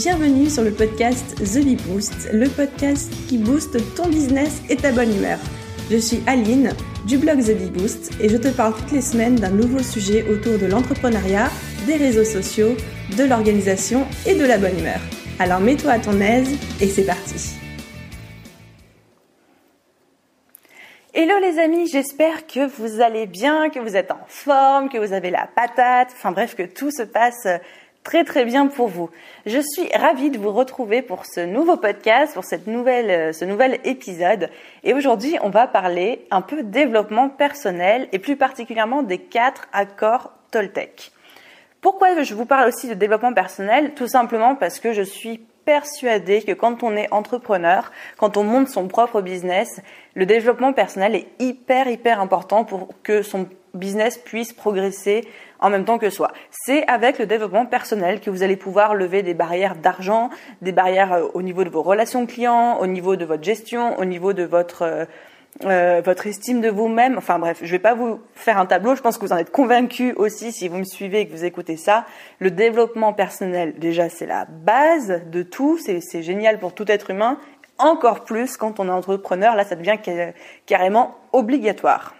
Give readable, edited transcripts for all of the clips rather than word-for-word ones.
Bienvenue sur le podcast The Bee Boost, le podcast qui booste ton business et ta bonne humeur. Je suis Aline du blog The Bee Boost et je te parle toutes les semaines d'un nouveau sujet autour de l'entrepreneuriat, des réseaux sociaux, de l'organisation et de la bonne humeur. Alors mets-toi à ton aise et c'est parti. Hello les amis, j'espère que vous allez bien, que vous êtes en forme, que vous avez la patate, enfin bref, que tout se passe très très bien pour vous. Je suis ravie de vous retrouver pour ce nouveau podcast, pour ce nouvel épisode. Et aujourd'hui, on va parler un peu développement personnel et plus particulièrement des 4 accords Toltec. Pourquoi je vous parle aussi de développement personnel ? Tout simplement parce que je suis persuadée que quand on est entrepreneur, quand on monte son propre business, le développement personnel est hyper important pour que son business puisse progresser en même temps que soi. C'est avec le développement personnel que vous allez pouvoir lever des barrières d'argent, des barrières au niveau de vos relations clients, au niveau de votre gestion, au niveau de votre estime de vous-même. Enfin bref, je vais pas vous faire un tableau, je pense que vous en êtes convaincus aussi si vous me suivez et que vous écoutez ça. Le développement personnel, déjà, c'est la base de tout, c'est génial pour tout être humain, encore plus quand on est entrepreneur, là ça devient carrément obligatoire.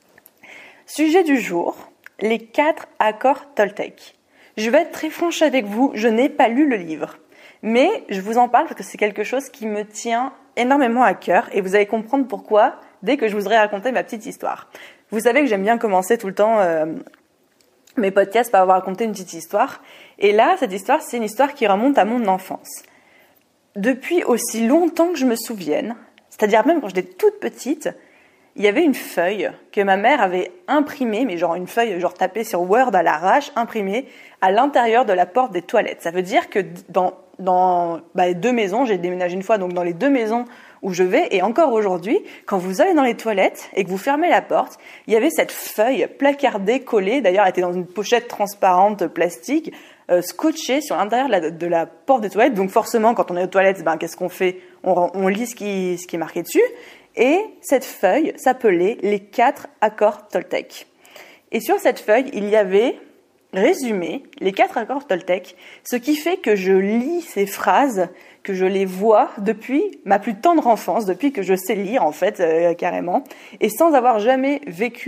Sujet du jour, les 4 accords Toltec. Je vais être très franche avec vous, je n'ai pas lu le livre, mais je vous en parle parce que c'est quelque chose qui me tient énormément à cœur et vous allez comprendre pourquoi dès que je vous aurai raconté ma petite histoire. Vous savez que j'aime bien commencer tout le temps mes podcasts par avoir raconté une petite histoire. Et là, cette histoire, c'est une histoire qui remonte à mon enfance. Depuis aussi longtemps que je me souvienne, c'est-à-dire même quand j'étais toute petite, il y avait une feuille que ma mère avait imprimée, mais genre une feuille genre tapée sur Word à l'arrache, imprimée à l'intérieur de la porte des toilettes. Ça veut dire que dans les 2 maisons, j'ai déménagé une fois, donc dans les 2 maisons où je vais, et encore aujourd'hui, quand vous allez dans les toilettes et que vous fermez la porte, il y avait cette feuille placardée, collée, d'ailleurs elle était dans une pochette transparente plastique, scotchée sur l'intérieur de la porte des toilettes. Donc forcément, quand on est aux toilettes, qu'est-ce qu'on fait ? On lit ce qui est marqué dessus. Et cette feuille s'appelait les 4 accords Toltec. Et sur cette feuille, il y avait résumé les 4 accords Toltec, ce qui fait que je lis ces phrases, que je les vois depuis ma plus tendre enfance, depuis que je sais lire en fait, carrément, et sans avoir jamais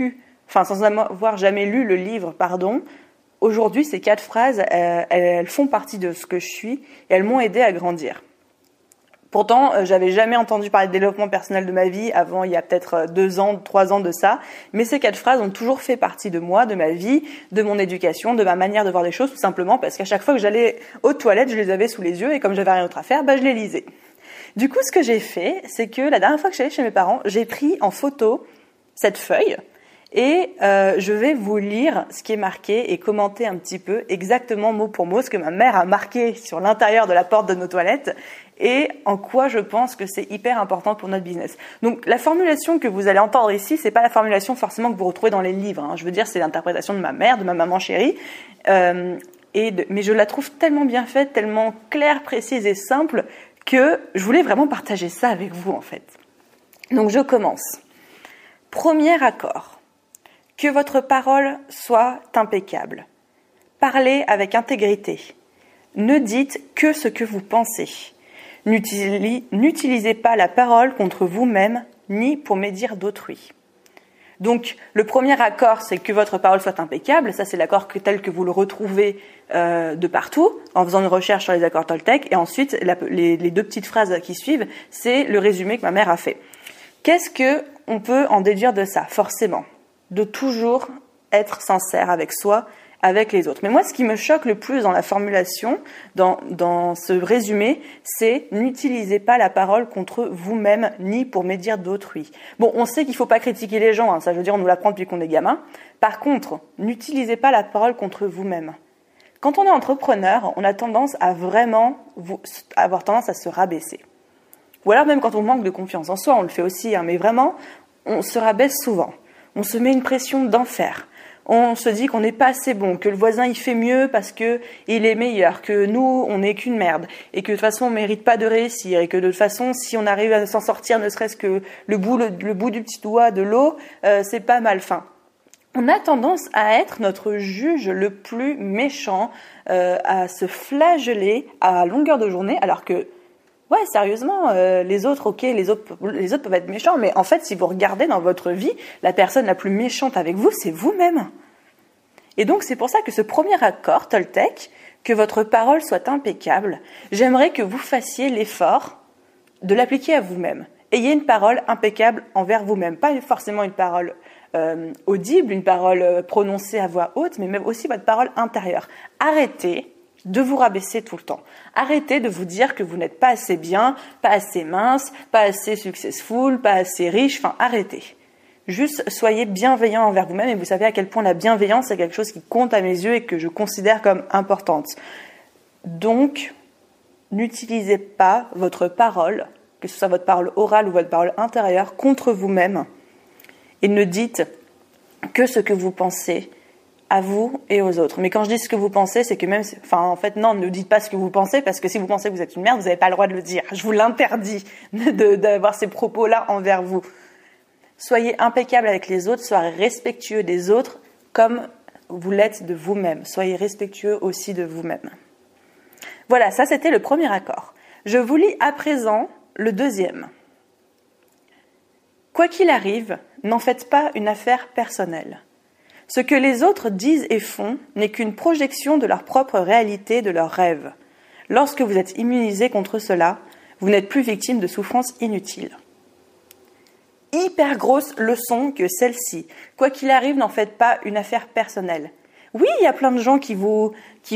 lu le livre, aujourd'hui ces 4 phrases, elles font partie de ce que je suis et elles m'ont aidé à grandir. Pourtant, j'avais jamais entendu parler de développement personnel de ma vie avant il y a peut-être 2 ans, 3 ans de ça. Mais ces 4 phrases ont toujours fait partie de moi, de ma vie, de mon éducation, de ma manière de voir les choses, tout simplement parce qu'à chaque fois que j'allais aux toilettes, je les avais sous les yeux et comme j'avais rien d'autre à faire, je les lisais. Du coup, ce que j'ai fait, c'est que la dernière fois que j'allais chez mes parents, j'ai pris en photo cette feuille et je vais vous lire ce qui est marqué et commenter un petit peu exactement mot pour mot ce que ma mère a marqué sur l'intérieur de la porte de nos toilettes et en quoi je pense que c'est hyper important pour notre business. Donc la formulation que vous allez entendre ici, c'est pas la formulation forcément que vous retrouvez dans les livres. Je veux dire, c'est l'interprétation de ma mère, de ma maman chérie, mais je la trouve tellement bien faite, tellement claire, précise et simple que je voulais vraiment partager ça avec vous en fait. Donc je commence. Premier accord. Que votre parole soit impeccable. Parlez avec intégrité. Ne dites que ce que vous pensez. N'utilisez pas la parole contre vous-même ni pour médire d'autrui. Donc, le premier accord, c'est que votre parole soit impeccable. Ça, c'est l'accord tel que vous le retrouvez de partout, en faisant une recherche sur les accords Toltec. Et ensuite, les 2 petites phrases qui suivent, c'est le résumé que ma mère a fait. Qu'est-ce qu'on peut en déduire de ça ? Forcément, de toujours être sincère avec soi, avec les autres. Mais moi, ce qui me choque le plus dans la formulation, dans ce résumé, c'est « n'utilisez pas la parole contre vous-même ni pour médire d'autrui ». Bon, on sait qu'il ne faut pas critiquer les gens, ça je veux dire, on nous l'apprend depuis qu'on est gamin. Par contre, n'utilisez pas la parole contre vous-même. Quand on est entrepreneur, on a tendance à vraiment avoir tendance à se rabaisser. Ou alors même quand on manque de confiance en soi, on le fait aussi, mais vraiment, on se rabaisse souvent. On se met une pression d'enfer. On se dit qu'on n'est pas assez bon, que le voisin il fait mieux parce que il est meilleur, que nous on n'est qu'une merde et que de toute façon on mérite pas de réussir et que de toute façon si on arrive à s'en sortir ne serait-ce que le bout du petit doigt de l'eau, c'est pas mal. on a tendance à être notre juge le plus méchant, à se flageller à longueur de journée, alors que, ouais, sérieusement, les autres, ok, les autres peuvent être méchants, mais en fait, si vous regardez dans votre vie, la personne la plus méchante avec vous, c'est vous-même. Et donc, c'est pour ça que ce premier accord, Toltec, que votre parole soit impeccable, j'aimerais que vous fassiez l'effort de l'appliquer à vous-même. Ayez une parole impeccable envers vous-même, pas forcément une parole audible, une parole prononcée à voix haute, mais même aussi votre parole intérieure. Arrêtez de vous rabaisser tout le temps. Arrêtez de vous dire que vous n'êtes pas assez bien, pas assez mince, pas assez successful, pas assez riche, enfin arrêtez. Juste soyez bienveillant envers vous-même et vous savez à quel point la bienveillance est quelque chose qui compte à mes yeux et que je considère comme importante. Donc, n'utilisez pas votre parole, que ce soit votre parole orale ou votre parole intérieure, contre vous-même. Et ne dites que ce que vous pensez à vous et aux autres. Mais quand je dis ce que vous pensez, c'est que même... Enfin, en fait, non, ne dites pas ce que vous pensez, parce que si vous pensez que vous êtes une merde, vous n'avez pas le droit de le dire. Je vous l'interdis d'avoir ces propos-là envers vous. Soyez impeccable avec les autres, soyez respectueux des autres comme vous l'êtes de vous-même. Soyez respectueux aussi de vous-même. Voilà, ça c'était le premier accord. Je vous lis à présent le deuxième. Quoi qu'il arrive, n'en faites pas une affaire personnelle. Ce que les autres disent et font n'est qu'une projection de leur propre réalité, de leurs rêves. Lorsque vous êtes immunisé contre cela, vous n'êtes plus victime de souffrances inutiles. Hyper grosse leçon que celle-ci. Quoi qu'il arrive, n'en faites pas une affaire personnelle. Oui, il y a plein de gens qui vous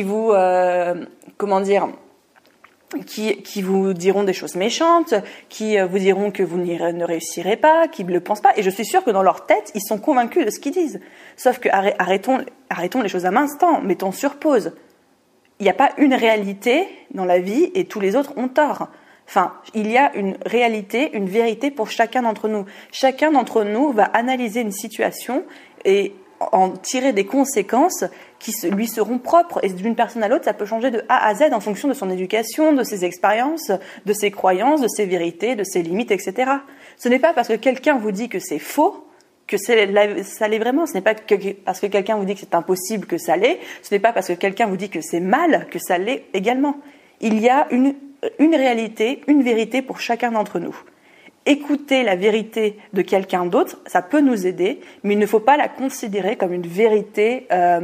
diront des choses méchantes, qui vous diront que vous ne réussirez pas, qui ne le pensent pas. Et je suis sûre que dans leur tête, ils sont convaincus de ce qu'ils disent. Sauf que arrêtons les choses à l'instant, mettons sur pause. Il n'y a pas une réalité dans la vie et tous les autres ont tort. Enfin, il y a une réalité, une vérité pour chacun d'entre nous. Chacun d'entre nous va analyser une situation et en tirer des conséquences qui lui seront propres. Et d'une personne à l'autre, ça peut changer de A à Z en fonction de son éducation, de ses expériences, de ses croyances, de ses vérités, de ses limites, etc. Ce n'est pas parce que quelqu'un vous dit que c'est faux que ça l'est vraiment. Ce n'est pas parce que quelqu'un vous dit que c'est impossible que ça l'est. Ce n'est pas parce que quelqu'un vous dit que c'est mal que ça l'est également. Il y a une réalité, une vérité pour chacun d'entre nous. Écouter la vérité de quelqu'un d'autre, ça peut nous aider, mais il ne faut pas la considérer comme une vérité,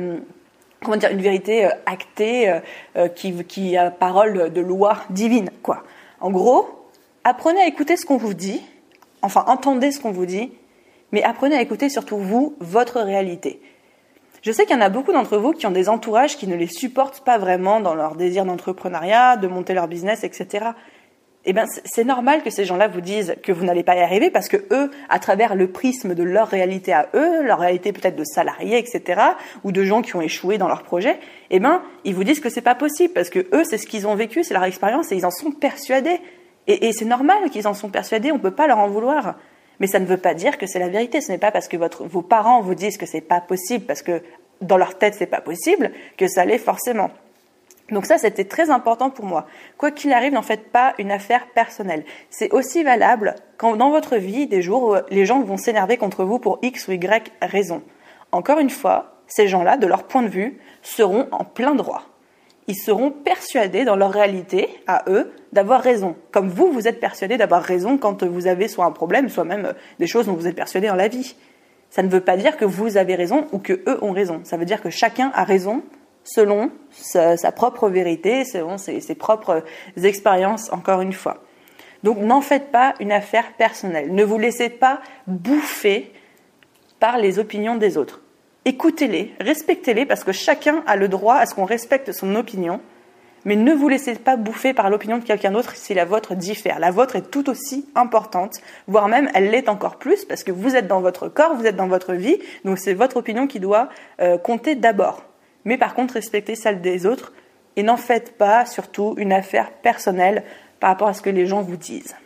une vérité actée, qui a parole de loi divine, quoi. En gros, apprenez à écouter ce qu'on vous dit, enfin entendez ce qu'on vous dit, mais apprenez à écouter surtout vous, votre réalité. Je sais qu'il y en a beaucoup d'entre vous qui ont des entourages qui ne les supportent pas vraiment dans leur désir d'entrepreneuriat, de monter leur business, etc. Eh bien, c'est normal que ces gens-là vous disent que vous n'allez pas y arriver parce que eux, à travers le prisme de leur réalité à eux, leur réalité peut-être de salariés, etc., ou de gens qui ont échoué dans leur projet, eh bien, ils vous disent que c'est pas possible parce que eux, c'est ce qu'ils ont vécu, c'est leur expérience et ils en sont persuadés. Et c'est normal qu'ils en sont persuadés, on peut pas leur en vouloir. Mais ça ne veut pas dire que c'est la vérité. Ce n'est pas parce que vos parents vous disent que c'est pas possible, parce que dans leur tête c'est pas possible, que ça l'est forcément. Donc ça, c'était très important pour moi. Quoi qu'il arrive, n'en faites pas une affaire personnelle. C'est aussi valable quand dans votre vie, des jours où les gens vont s'énerver contre vous pour X ou Y raison. Encore une fois, ces gens-là, de leur point de vue, seront en plein droit. Ils seront persuadés dans leur réalité, à eux, d'avoir raison. Comme vous, vous êtes persuadés d'avoir raison quand vous avez soit un problème, soit même des choses dont vous êtes persuadés dans la vie. Ça ne veut pas dire que vous avez raison ou que eux ont raison. Ça veut dire que chacun a raison selon sa propre vérité, selon ses propres expériences, encore une fois. Donc, n'en faites pas une affaire personnelle. Ne vous laissez pas bouffer par les opinions des autres. Écoutez-les, respectez-les, parce que chacun a le droit à ce qu'on respecte son opinion, mais ne vous laissez pas bouffer par l'opinion de quelqu'un d'autre si la vôtre diffère. La vôtre est tout aussi importante, voire même elle l'est encore plus, parce que vous êtes dans votre corps, vous êtes dans votre vie, donc c'est votre opinion qui doit compter d'abord. Mais par contre, respectez celle des autres et n'en faites pas, surtout, une affaire personnelle par rapport à ce que les gens vous disent.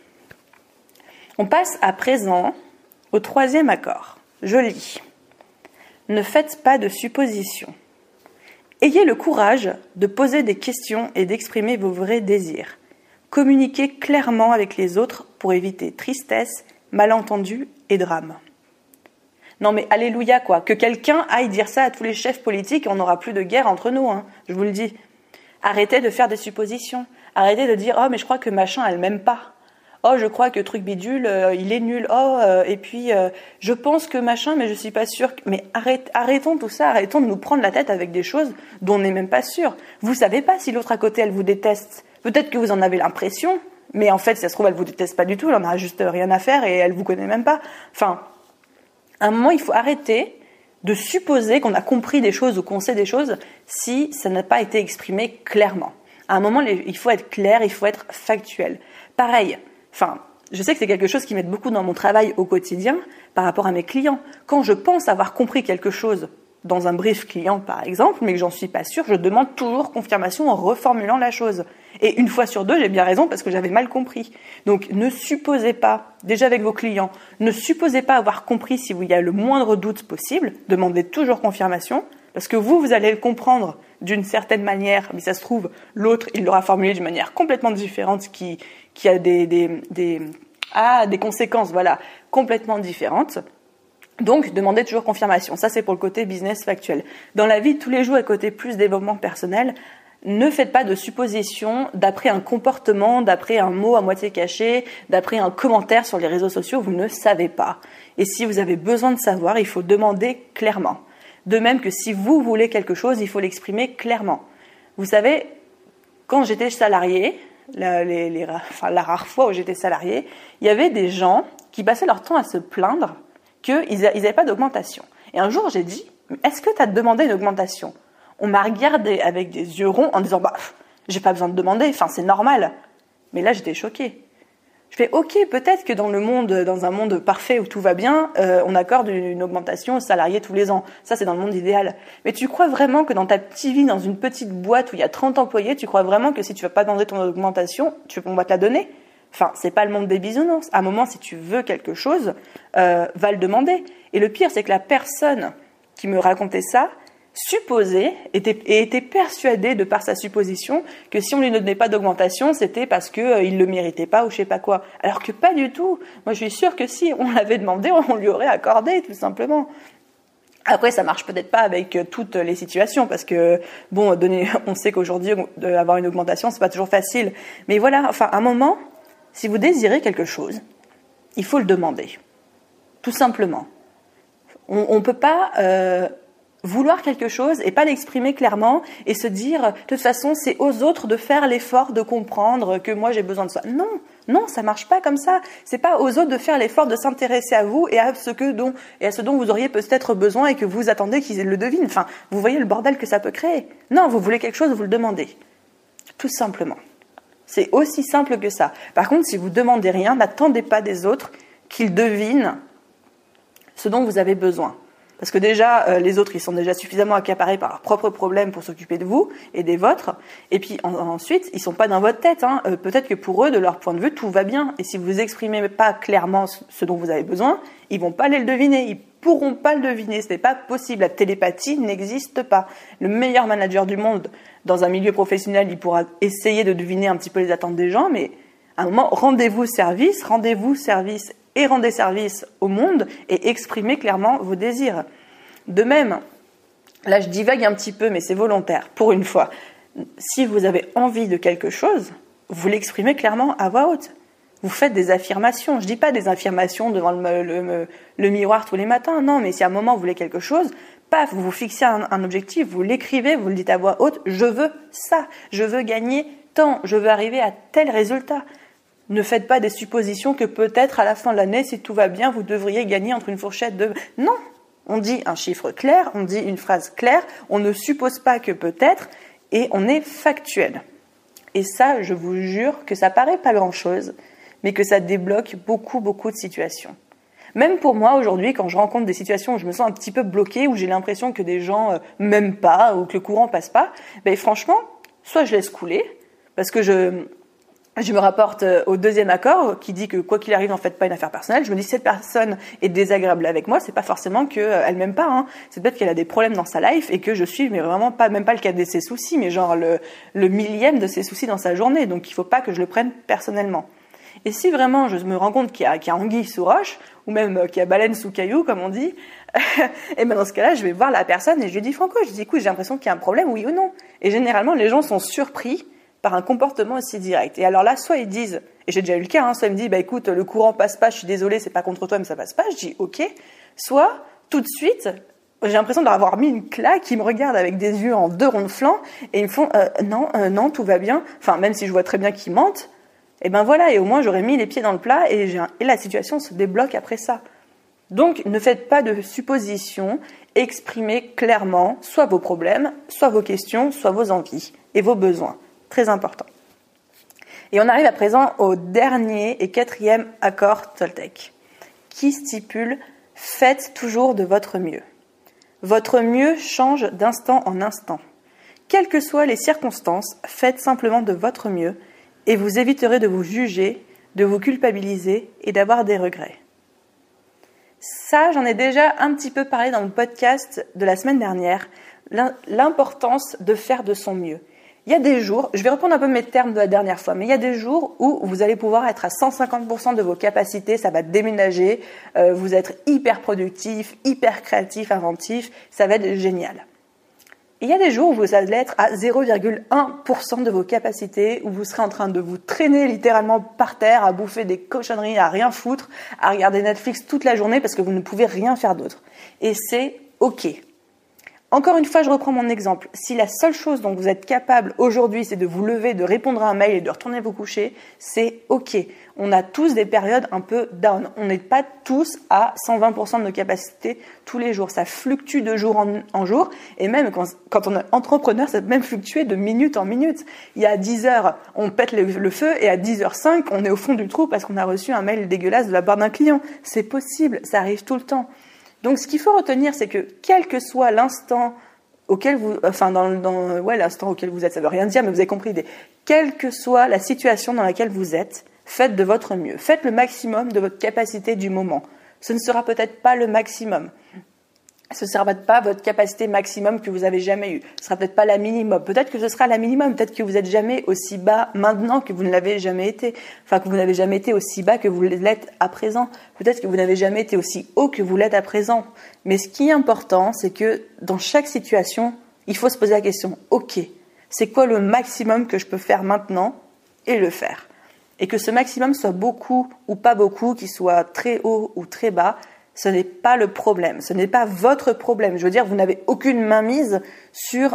On passe à présent au troisième accord. Je lis. Ne faites pas de suppositions. Ayez le courage de poser des questions et d'exprimer vos vrais désirs. Communiquez clairement avec les autres pour éviter tristesse, malentendus et drames. Non mais alléluia quoi, que quelqu'un aille dire ça à tous les chefs politiques et on n'aura plus de guerre entre nous, hein, je vous le dis. Arrêtez de faire des suppositions, arrêtez de dire « Oh mais je crois que machin elle m'aime pas ». Oh, je crois que truc bidule, il est nul. Oh, et puis je pense que machin, mais je suis pas sûre. Mais arrêtons tout ça, arrêtons de nous prendre la tête avec des choses dont on n'est même pas sûr. Vous savez pas si l'autre à côté, elle vous déteste. Peut-être que vous en avez l'impression, mais en fait, si ça se trouve, elle vous déteste pas du tout, elle en a juste rien à faire et elle vous connaît même pas. Enfin, à un moment, il faut arrêter de supposer qu'on a compris des choses ou qu'on sait des choses si ça n'a pas été exprimé clairement. À un moment, il faut être clair, il faut être factuel. Pareil. Enfin, je sais que c'est quelque chose qui m'aide beaucoup dans mon travail au quotidien par rapport à mes clients. Quand je pense avoir compris quelque chose dans un brief client, par exemple, mais que j'en suis pas sûre, je demande toujours confirmation en reformulant la chose. Et une fois sur deux, j'ai bien raison parce que j'avais mal compris. Donc, ne supposez pas, déjà avec vos clients, ne supposez pas avoir compris si il y a le moindre doute possible. Demandez toujours confirmation parce que vous allez le comprendre d'une certaine manière, mais ça se trouve, l'autre, il l'aura formulé d'une manière complètement différente qui a des conséquences, voilà, complètement différentes. Donc, demandez toujours confirmation. Ça, c'est pour le côté business factuel. Dans la vie de tous les jours et côté plus développement personnel, ne faites pas de suppositions d'après un comportement, d'après un mot à moitié caché, d'après un commentaire sur les réseaux sociaux. Vous ne savez pas. Et si vous avez besoin de savoir, il faut demander clairement. De même que si vous voulez quelque chose, il faut l'exprimer clairement. Vous savez, quand j'étais salariée, la rare fois où j'étais salariée, il y avait des gens qui passaient leur temps à se plaindre qu'ils n'avaient pas d'augmentation. Et un jour, j'ai dit, est-ce que tu as demandé une augmentation ? On m'a regardé avec des yeux ronds en disant, j'ai pas besoin de demander, enfin, c'est normal. Mais là, j'étais choquée. Je fais, ok, peut-être que dans un monde parfait où tout va bien, on accorde une augmentation aux salariés tous les ans. Ça, c'est dans le monde idéal. Mais tu crois vraiment que dans ta petite vie, dans une petite boîte où il y a 30 employés, tu crois vraiment que si tu vas pas demander ton augmentation, on va te la donner ? Enfin, c'est pas le monde des bisounours. À un moment, si tu veux quelque chose, va le demander. Et le pire, c'est que la personne qui me racontait ça supposait était persuadée de par sa supposition que si on lui donnait pas d'augmentation, c'était parce que il le méritait pas ou je sais pas quoi. Alors que pas du tout. Moi, je suis sûre que si on l'avait demandé, on lui aurait accordé, tout simplement. Après, ça marche peut-être pas avec toutes les situations parce que on sait qu'aujourd'hui avoir une augmentation, c'est pas toujours facile. Mais voilà, enfin, à un moment, si vous désirez quelque chose, il faut le demander, tout simplement. On peut pas vouloir quelque chose et pas l'exprimer clairement et se dire de toute façon c'est aux autres de faire l'effort de comprendre que moi j'ai besoin de ça. Non, ça marche pas comme ça. C'est pas aux autres de faire l'effort de s'intéresser à vous et à ce dont vous auriez peut-être besoin et que vous attendez qu'ils le devinent. Enfin, vous voyez le bordel que ça peut créer. Non, vous voulez quelque chose, vous le demandez. Tout simplement. C'est aussi simple que ça. Par contre, si vous demandez rien, n'attendez pas des autres qu'ils devinent ce dont vous avez besoin. Parce que déjà, les autres, ils sont déjà suffisamment accaparés par leurs propres problèmes pour s'occuper de vous et des vôtres. Et puis ensuite, ils sont pas dans votre tête. Peut-être que pour eux, de leur point de vue, tout va bien. Et si vous exprimez pas clairement ce dont vous avez besoin, ils vont pas aller le deviner. Ils pourront pas le deviner. Ce n'est pas possible. La télépathie n'existe pas. Le meilleur manager du monde, dans un milieu professionnel, il pourra essayer de deviner un petit peu les attentes des gens, mais à un moment, rendez-vous service et rendez service au monde et exprimez clairement vos désirs. De même, là je divague un petit peu, mais c'est volontaire, pour une fois. Si vous avez envie de quelque chose, vous l'exprimez clairement à voix haute. Vous faites des affirmations. Je dis pas des affirmations devant le miroir tous les matins, non, mais si à un moment vous voulez quelque chose, paf, vous vous fixez un objectif, vous l'écrivez, vous le dites à voix haute, je veux ça, je veux gagner tant, je veux arriver à tel résultat. Ne faites pas des suppositions que peut-être à la fin de l'année, si tout va bien, vous devriez gagner entre une fourchette de... Non, on dit un chiffre clair, on dit une phrase claire, on ne suppose pas que peut-être, et on est factuel. Et ça, je vous jure que ça paraît pas grand-chose, mais que ça débloque beaucoup, beaucoup de situations. Même pour moi, aujourd'hui, quand je rencontre des situations où je me sens un petit peu bloquée, où j'ai l'impression que des gens m'aiment pas, ou que le courant passe pas, franchement, soit je laisse couler, parce que je me rapporte au deuxième accord qui dit que quoi qu'il arrive, n'en faites pas une affaire personnelle. Je me dis, cette personne est désagréable avec moi, c'est pas forcément qu'elle m'aime pas, C'est peut-être qu'elle a des problèmes dans sa life et que je suis, mais vraiment pas, même pas le cas de ses soucis, mais genre le millième de ses soucis dans sa journée. Donc il faut pas que je le prenne personnellement. Et si vraiment je me rends compte qu'il y a anguille sous roche, ou même qu'il y a baleine sous caillou, comme on dit, et ben dans ce cas-là, je vais voir la personne et je lui dis franco, je dis écoute, j'ai l'impression qu'il y a un problème, oui ou non. Et généralement, les gens sont surpris par un comportement aussi direct. Et alors là, soit ils disent, et j'ai déjà eu le cas, soit ils me disent, écoute, le courant passe pas, je suis désolée, c'est pas contre toi, mais ça passe pas. Je dis ok. Soit tout de suite, j'ai l'impression d'avoir mis une claque, ils me regardent avec des yeux en deux ronds de flanc et ils me font non, tout va bien. Enfin, même si je vois très bien qu'ils mentent, et ben voilà, et au moins j'aurais mis les pieds dans le plat et la situation se débloque après ça. Donc, ne faites pas de suppositions, exprimez clairement soit vos problèmes, soit vos questions, soit vos envies et vos besoins. Très important. Et on arrive à présent au dernier et 4e accord Toltec, qui stipule « Faites toujours de votre mieux ». Votre mieux change d'instant en instant. Quelles que soient les circonstances, faites simplement de votre mieux et vous éviterez de vous juger, de vous culpabiliser et d'avoir des regrets. Ça, j'en ai déjà un petit peu parlé dans le podcast de la semaine dernière, l'importance de faire de son mieux. Il y a des jours, je vais reprendre un peu mes termes de la dernière fois, mais il y a des jours où vous allez pouvoir être à 150% de vos capacités, ça va déménager, vous êtes hyper productif, hyper créatif, inventif, ça va être génial. Il y a des jours où vous allez être à 0,1% de vos capacités, où vous serez en train de vous traîner littéralement par terre, à bouffer des cochonneries, à rien foutre, à regarder Netflix toute la journée parce que vous ne pouvez rien faire d'autre. Et c'est ok. Encore une fois, je reprends mon exemple. Si la seule chose dont vous êtes capable aujourd'hui, c'est de vous lever, de répondre à un mail et de retourner vous coucher, c'est ok. On a tous des périodes un peu down. On n'est pas tous à 120% de nos capacités tous les jours. Ça fluctue de jour en jour. Et même quand on est entrepreneur, ça peut même fluctuer de minute en minute. Il y a 10 heures, on pète le feu et à 10h05, on est au fond du trou parce qu'on a reçu un mail dégueulasse de la part d'un client. C'est possible, ça arrive tout le temps. Donc, ce qu'il faut retenir, c'est que quel que soit l'instant auquel l'instant auquel vous êtes, ça veut rien dire, mais vous avez compris, quelle que soit la situation dans laquelle vous êtes, faites de votre mieux. Faites le maximum de votre capacité du moment. Ce ne sera peut-être pas le maximum. Ce ne sera pas votre capacité maximum que vous avez jamais eue. Ce ne sera peut-être pas la minimum. Peut-être que ce sera la minimum. Peut-être que vous n'êtes jamais aussi bas maintenant que vous ne l'avez jamais été. Enfin, que vous n'avez jamais été aussi bas que vous l'êtes à présent. Peut-être que vous n'avez jamais été aussi haut que vous l'êtes à présent. Mais ce qui est important, c'est que dans chaque situation, il faut se poser la question. Ok, c'est quoi le maximum que je peux faire maintenant et le faire. Et que ce maximum soit beaucoup ou pas beaucoup, qu'il soit très haut ou très bas, ce n'est pas le problème, ce n'est pas votre problème. Je veux dire, vous n'avez aucune mainmise sur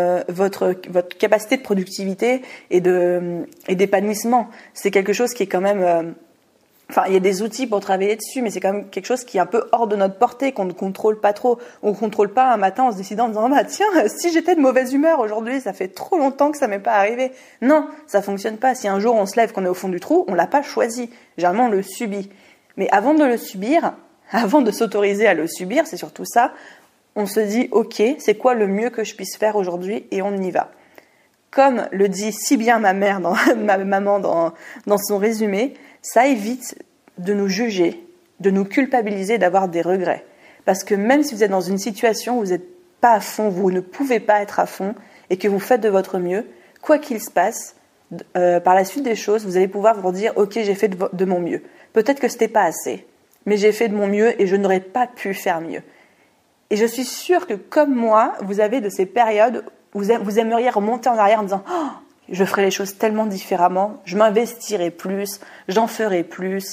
votre capacité de productivité et d'épanouissement. C'est quelque chose qui est quand même... il y a des outils pour travailler dessus, mais c'est quand même quelque chose qui est un peu hors de notre portée, qu'on ne contrôle pas trop. On ne contrôle pas un matin en se décidant, en disant tiens, si j'étais de mauvaise humeur aujourd'hui, ça fait trop longtemps que ça m'est pas arrivé. Non, ça fonctionne pas. Si un jour on se lève, qu'on est au fond du trou, on l'a pas choisi. Généralement, on le subit. Mais avant de le subir... Avant de s'autoriser à le subir, c'est surtout ça, on se dit « Ok, c'est quoi le mieux que je puisse faire aujourd'hui ?» et on y va. Comme le dit si bien ma maman dans son résumé, ça évite de nous juger, de nous culpabiliser, d'avoir des regrets. Parce que même si vous êtes dans une situation où vous n'êtes pas à fond, vous ne pouvez pas être à fond, et que vous faites de votre mieux, quoi qu'il se passe, par la suite des choses, vous allez pouvoir vous dire « Ok, j'ai fait de mon mieux. Peut-être que ce n'était pas assez. » Mais j'ai fait de mon mieux et je n'aurais pas pu faire mieux. Et je suis sûre que comme moi, vous avez de ces périodes où vous aimeriez remonter en arrière en disant « Oh, je ferai les choses tellement différemment, je m'investirai plus, j'en ferai plus,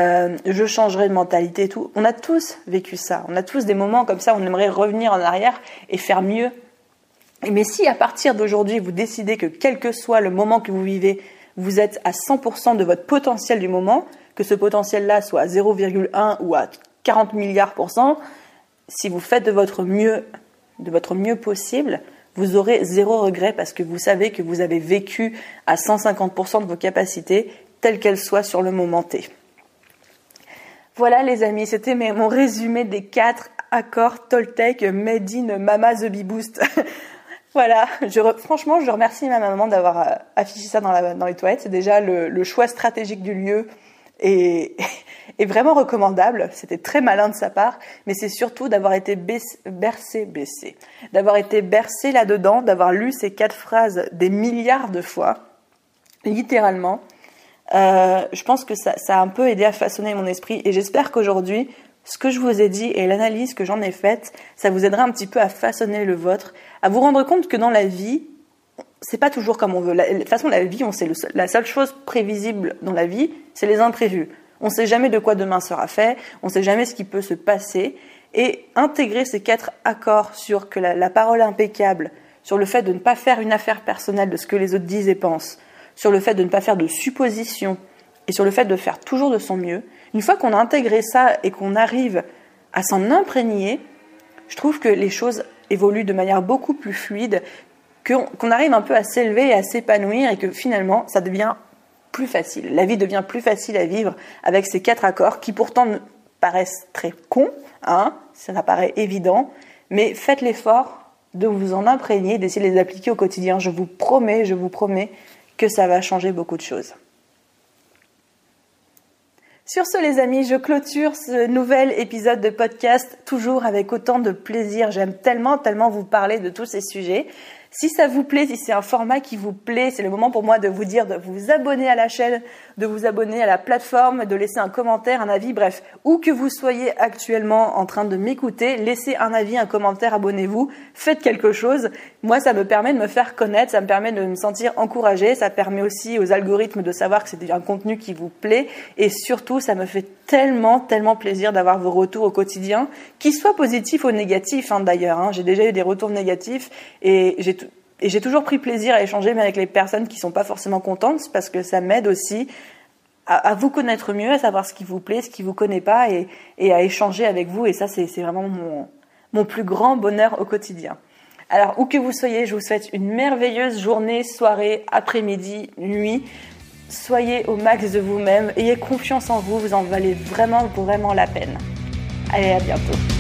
je changerai de mentalité et tout. » On a tous vécu ça. On a tous des moments comme ça où on aimerait revenir en arrière et faire mieux. Mais si à partir d'aujourd'hui, vous décidez que quel que soit le moment que vous vivez, vous êtes à 100% de votre potentiel du moment, que ce potentiel-là soit à 0,1 ou à 40 milliards %, si vous faites de votre mieux possible, vous aurez zéro regret parce que vous savez que vous avez vécu à 150% de vos capacités, telles qu'elles soient sur le moment T. Voilà les amis, c'était mon résumé des 4 accords Toltec Made in Mama The Bee Boost. Voilà, franchement, je remercie ma maman d'avoir affiché ça dans les toilettes. C'est déjà le choix stratégique du lieu est vraiment recommandable. C'était très malin de sa part, mais c'est surtout d'avoir été bercé là-dedans, d'avoir lu ces 4 phrases des milliards de fois, littéralement, Je pense que ça a un peu aidé à façonner mon esprit et j'espère qu'aujourd'hui, ce que je vous ai dit et l'analyse que j'en ai faite, ça vous aidera un petit peu à façonner le vôtre, à vous rendre compte que dans la vie, c'est pas toujours comme on veut. De toute façon, la vie, on sait la seule chose prévisible dans la vie, c'est les imprévus. On sait jamais de quoi demain sera fait, on sait jamais ce qui peut se passer. Et intégrer ces 4 accords sur que la parole impeccable, sur le fait de ne pas faire une affaire personnelle de ce que les autres disent et pensent, sur le fait de ne pas faire de suppositions et sur le fait de faire toujours de son mieux, une fois qu'on a intégré ça et qu'on arrive à s'en imprégner, je trouve que les choses évoluent de manière beaucoup plus fluide, qu'on arrive un peu à s'élever et à s'épanouir et que finalement ça devient plus facile. La vie devient plus facile à vivre avec ces 4 accords qui pourtant paraissent très cons, ça paraît évident, mais faites l'effort de vous en imprégner, d'essayer de les appliquer au quotidien. Je vous promets que ça va changer beaucoup de choses. Sur ce, les amis, je clôture ce nouvel épisode de podcast, toujours avec autant de plaisir. J'aime tellement vous parler de tous ces sujets. Si ça vous plaît, si c'est un format qui vous plaît, c'est le moment pour moi de vous dire de vous abonner à la chaîne, de vous abonner à la plateforme, de laisser un commentaire, un avis, bref, où que vous soyez actuellement en train de m'écouter, laissez un avis, un commentaire, abonnez-vous, faites quelque chose. Moi, ça me permet de me faire connaître, ça me permet de me sentir encouragée, ça permet aussi aux algorithmes de savoir que c'est un contenu qui vous plaît et surtout, ça me fait tellement plaisir d'avoir vos retours au quotidien, qu'ils soient positifs ou négatifs d'ailleurs. J'ai déjà eu des retours négatifs et j'ai toujours pris plaisir à échanger même avec les personnes qui sont pas forcément contentes parce que ça m'aide aussi à vous connaître mieux, à savoir ce qui vous plaît, ce qui vous connaît pas et à échanger avec vous. Et ça, c'est vraiment mon plus grand bonheur au quotidien. Alors, où que vous soyez, je vous souhaite une merveilleuse journée, soirée, après-midi, nuit. Soyez au max de vous-même, ayez confiance en vous, vous en valez vraiment la peine. Allez, à bientôt.